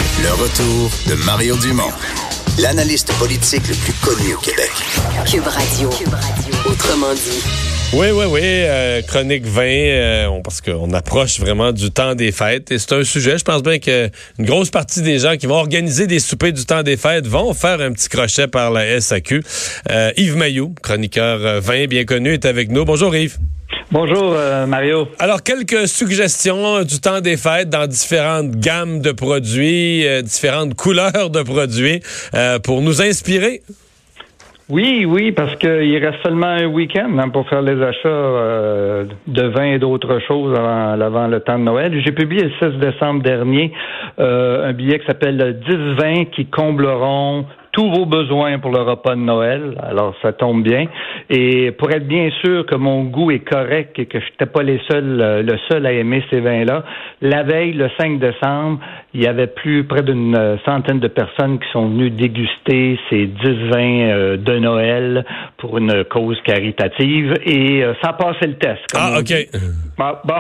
Le retour de Mario Dumont, l'analyste politique le plus connu au Québec. Cube Radio. Autrement dit. Oui. Chronique 20, parce qu'on approche vraiment du temps des fêtes. Et c'est un sujet, je pense bien qu'une grosse partie des gens qui vont organiser des soupers du temps des fêtes vont faire un petit crochet par la SAQ. Yves Mailloux, chroniqueur 20, bien connu, est avec nous. Bonjour Yves. Bonjour Mario. Alors, quelques suggestions du temps des fêtes dans différentes gammes de produits, différentes couleurs de produits pour nous inspirer. Oui, parce qu'il reste seulement un week-end pour faire les achats de vin et d'autres choses avant le temps de Noël. J'ai publié le 16 décembre dernier un billet qui s'appelle 10 vins qui combleront tous vos besoins pour le repas de Noël. Alors, ça tombe bien. Et pour être bien sûr que mon goût est correct et que je n'étais pas le seul à aimer ces vins-là, la veille, le 5 décembre, il y avait près d'une centaine de personnes qui sont venues déguster ces 10 vins de Noël pour une cause caritative et ça passait le test. OK. Bon.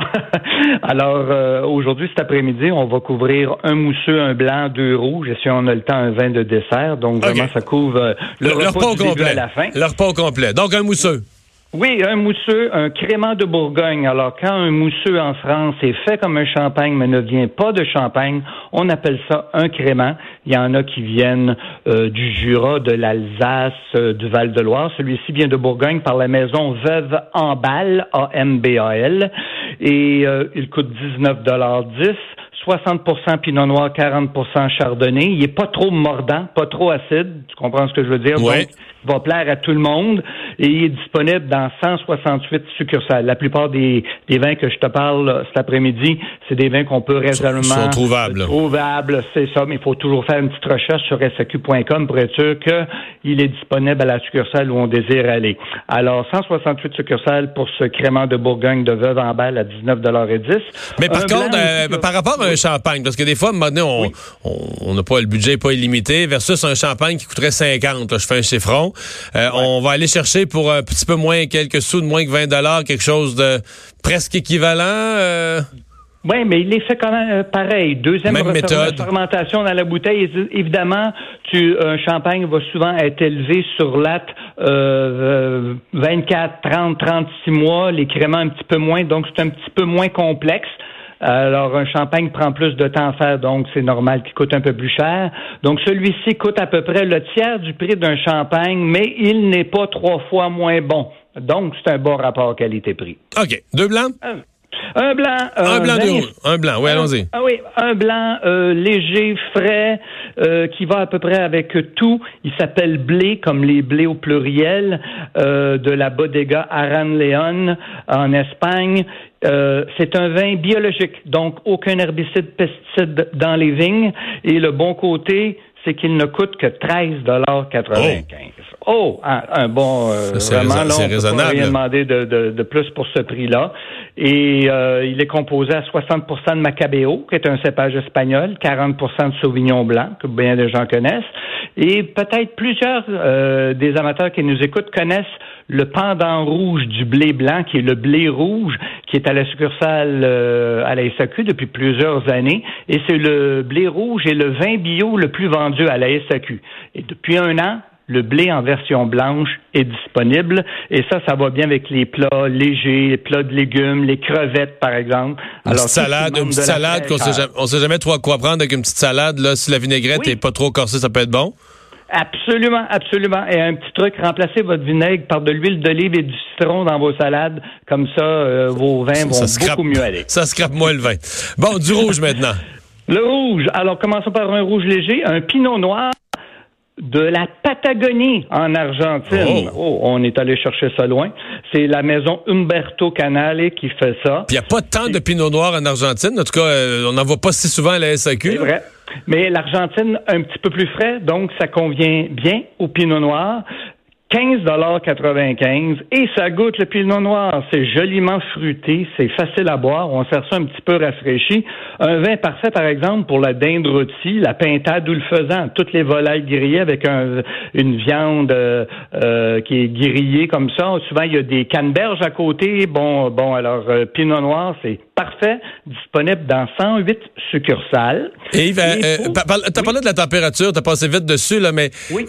Alors, aujourd'hui, cet après-midi, on va couvrir un mousseux, un blanc, 2 rouges et si on a le temps, un vin de dessert. Donc, vraiment, ça couvre le repas du début à la fin. Le repas au complet. Donc, un mousseux. Oui, un mousseux, un crément de Bourgogne. Alors, quand un mousseux en France est fait comme un champagne, mais ne vient pas de Champagne, on appelle ça un crément. Il y en a qui viennent du Jura, de l'Alsace, du Val-de-Loire. Celui-ci vient de Bourgogne par la maison Veuve Ambal, A-M-B-A-L. Et il coûte 19,10 $. 60% Pinot Noir, 40% Chardonnay. Il est pas trop mordant, pas trop acide. Tu comprends ce que je veux dire? Ouais. Donc, il va plaire à tout le monde. Et il est disponible dans 168 succursales. La plupart des vins que je te parle cet après-midi, c'est des vins qu'on peut raisonnablement... Sont trouvables. Trouvables, c'est ça. Mais il faut toujours faire une petite recherche sur SAQ.com pour être sûr qu'il est disponible à la succursale où on désire aller. Alors, 168 succursales pour ce crément de Bourgogne de Veuve en balle à 19,10 $. Mais par contre, par rapport à un champagne, parce que des fois, à un moment donné, on n'a pas le budget pas illimité, versus un champagne qui coûterait 50, là, je fais un chiffron. On va aller chercher pour un petit peu moins, quelques sous de moins que 20 $, quelque chose de presque équivalent. Oui, mais il est fait quand même pareil. Deuxième fermentation dans la bouteille. Évidemment, un champagne va souvent être élevé sur latte 24, 30, 36 mois. Les créments un petit peu moins, donc c'est un petit peu moins complexe. Alors, un champagne prend plus de temps à faire, donc c'est normal qu'il coûte un peu plus cher. Donc, celui-ci coûte à peu près le tiers du prix d'un champagne, mais il n'est pas 3 fois moins bon. Donc, c'est un bon rapport qualité-prix. OK. 2 blancs? Un blanc. Un blanc, oui, allons-y. Oui, un blanc léger, frais, qui va à peu près avec tout. Il s'appelle blé, comme les blés au pluriel, de la Bodega Aran León en Espagne. C'est un vin biologique, donc aucun herbicide, pesticide dans les vignes. Et le bon côté, c'est qu'il ne coûte que 13,95 $. Un bon... vraiment, là, on ne peut pas rien demander de plus pour ce prix-là. Et il est composé à 60% de Macabeo, qui est un cépage espagnol, 40% de Sauvignon blanc, que bien des gens connaissent. Et peut-être plusieurs des amateurs qui nous écoutent connaissent le pendant rouge du blé blanc, qui est le blé rouge, qui est à la succursale à la SAQ depuis plusieurs années. Et c'est le blé rouge et le vin bio le plus vendu à la SAQ. Et depuis un an, le blé en version blanche est disponible. Et ça va bien avec les plats légers, les plats de légumes, les crevettes, par exemple. Une petite salade on sait jamais trop quoi prendre avec une petite salade. Là, si la vinaigrette n'est pas trop corsée, ça peut être bon. Absolument. Et un petit truc, remplacez votre vinaigre par de l'huile d'olive et du citron dans vos salades. Comme ça, vos vins vont beaucoup mieux aller. Ça scrape moins le vin. Bon, du rouge maintenant. Le rouge. Alors, commençons par un rouge léger, un pinot noir de la Patagonie en Argentine. On est allé chercher ça loin. C'est la maison Umberto Canale qui fait ça. Puis il n'y a pas tant de pinot noir en Argentine. En tout cas, on n'en voit pas si souvent à la SAQ. C'est vrai. Mais l'Argentine, un petit peu plus frais, donc ça convient bien au pinot noir. 15,95 $, et ça goûte le pinot noir. C'est joliment fruité, c'est facile à boire. On sert ça un petit peu rafraîchi. Un vin parfait, par exemple, pour la dinde rôtie, la pintade ou le faisan. Toutes les volailles grillées avec une viande qui est grillée comme ça. Souvent, il y a des canneberges à côté. Bon, alors, pinot noir, c'est parfait, disponible dans 108 succursales. Et Yves, t'as parlé de la température, t'as passé vite dessus, là, mais... Oui.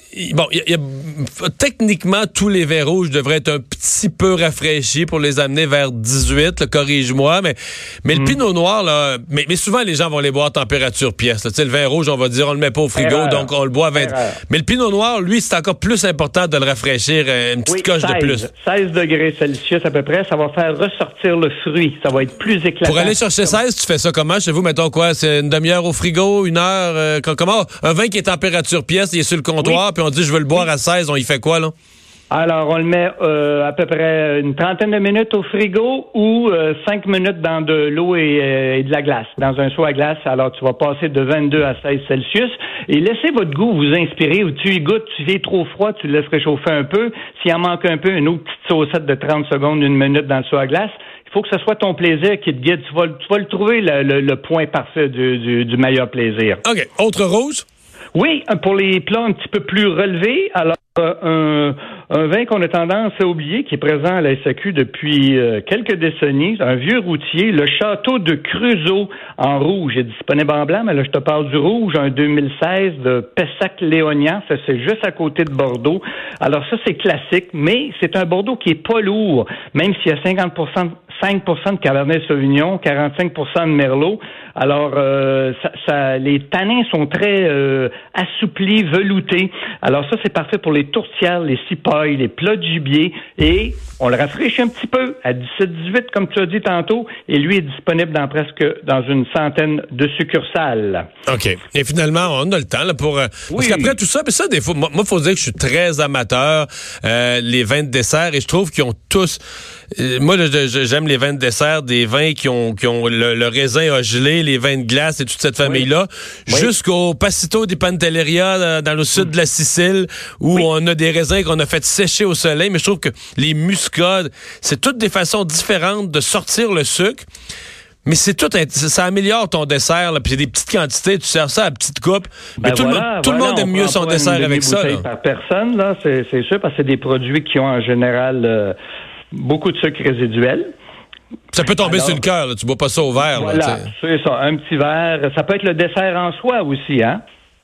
Techniquement, tous les vins rouges devraient être un petit peu rafraîchis pour les amener vers 18, là, corrige-moi, mais le pinot noir, là, mais souvent les gens vont les boire à température pièce. Tu sais, le vin rouge, on va dire, on le met pas au frigo, donc on le boit à 20. Mais le pinot noir, lui, c'est encore plus important de le rafraîchir, une petite coche 16, de plus. 16 degrés Celsius à peu près, ça va faire ressortir le fruit, ça va être plus éclatant. Pour aller chercher 16, tu fais ça comment chez vous? Mettons quoi? C'est une demi-heure au frigo, une heure? Comment? Un vin qui est température pièce, il est sur le comptoir, puis on dit je veux le boire à 16, on y fait quoi, là? Alors, on le met à peu près une trentaine de minutes au frigo ou 5 minutes dans de l'eau et de la glace, dans un seau à glace. Alors, tu vas passer de 22 à 16 Celsius et laissez votre goût vous inspirer. Ou tu y goûtes, tu fais trop froid, tu le laisses réchauffer un peu. S'il en manque un peu, une autre petite saucette de 30 secondes, une minute dans le seau à glace. Il faut que ce soit ton plaisir qui te guide. Tu vas le trouver, le point parfait du meilleur plaisir. OK. Autre rouge? Oui, pour les plats un petit peu plus relevés, alors un vin qu'on a tendance à oublier, qui est présent à la SAQ depuis quelques décennies, un vieux routier, le Château de Creusot en rouge. Il est disponible en blanc, mais là, je te parle du rouge, un 2016 de Pessac-Léognan. Ça, c'est juste à côté de Bordeaux. Alors ça, c'est classique, mais c'est un Bordeaux qui est pas lourd, même s'il y a 5% de Cabernet Sauvignon, 45% de Merlot. Alors, les tanins sont très assouplis, veloutés. Alors ça, c'est parfait pour les tourtières, les cipailles, les plats de gibier. Et on le rafraîchit un petit peu à 17-18, comme tu as dit tantôt. Et lui est disponible dans une centaine de succursales. OK. Et finalement, on a le temps là, pour... Parce qu'après tout ça, mais ça, des fois, moi, faut dire que je suis très amateur les vins de dessert. Et je trouve qu'ils ont tous... moi, j'aime les vins de dessert, des vins qui ont le raisin a gelé, les vins de glace et toute cette famille-là, jusqu'au Passito di Pantelleria dans le sud de la Sicile, où on a des raisins qu'on a fait sécher au soleil. Mais je trouve que les muscades, c'est toutes des façons différentes de sortir le sucre. Mais c'est tout, ça améliore ton dessert, là, puis des petites quantités, tu sers ça à petite coupe. Mais tout le monde aime mieux son dessert avec ça. Là. Par personne, là, c'est sûr, parce que c'est des produits qui ont en général beaucoup de sucre résiduel. Ça peut tomber sur le cœur, là. Tu bois pas ça au verre. Voilà, là, c'est ça, un petit verre. Ça peut être le dessert en soi aussi, hein?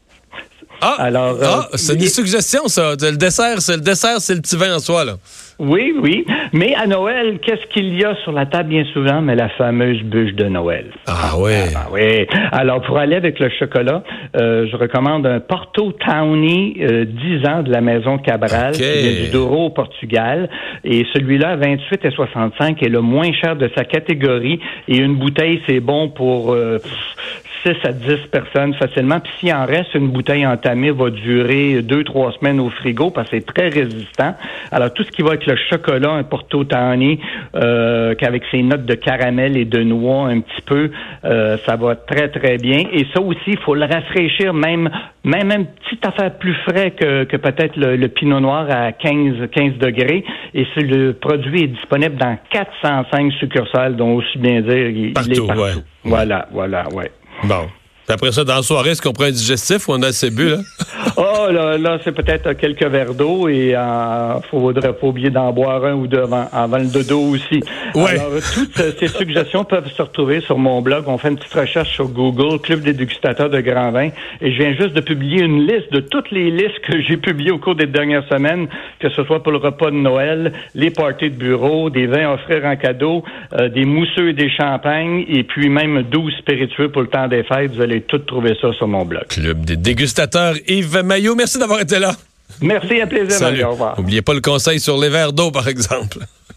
C'est des suggestions, ça. Le dessert, c'est le petit vin en soi, là. Oui. Mais à Noël, qu'est-ce qu'il y a sur la table bien souvent? Mais la fameuse bûche de Noël. Ah oui. Alors, pour aller avec le chocolat, je recommande un Porto Townie 10 ans de la maison Cabral, qui vient du Douro au Portugal. Et celui-là, 28,65 est le moins cher de sa catégorie. Et une bouteille, c'est bon pour 6 à 10 personnes facilement. Puis s'il en reste, une bouteille entamée va durer 2-3 semaines au frigo parce que c'est très résistant. Alors, tout ce qui va être le chocolat, un Porto Townie, qu'avec ses notes de caramel et de noix un petit peu, ça va très, très bien. Et ça aussi, il faut le rafraîchir, même une petite affaire plus frais que peut-être le pinot noir à 15 degrés. Et le produit est disponible dans 405 succursales, dont aussi bien dire, il est partout. Ouais. Voilà. Bon. Puis après ça, dans la soirée, est-ce qu'on prend un digestif ou on a assez bu, là? Là, c'est peut-être quelques verres d'eau et faudrait pas oublier d'en boire un ou deux avant le dodo aussi. Ouais. Alors, toutes ces suggestions peuvent se retrouver sur mon blog. On fait une petite recherche sur Google, Club des dégustateurs de grands vins. Et je viens juste de publier une liste de toutes les listes que j'ai publiées au cours des dernières semaines, que ce soit pour le repas de Noël, les parties de bureau, des vins à offrir en cadeau, des mousseux et des champagnes, et puis même 12 spiritueux pour le temps des fêtes. Vous allez tout trouver ça sur mon blog. Club des dégustateurs, Yves Maillot, merci d'avoir été là. Merci, à plaisir. Salut. Marie, au revoir. N'oubliez pas le conseil sur les verres d'eau, par exemple.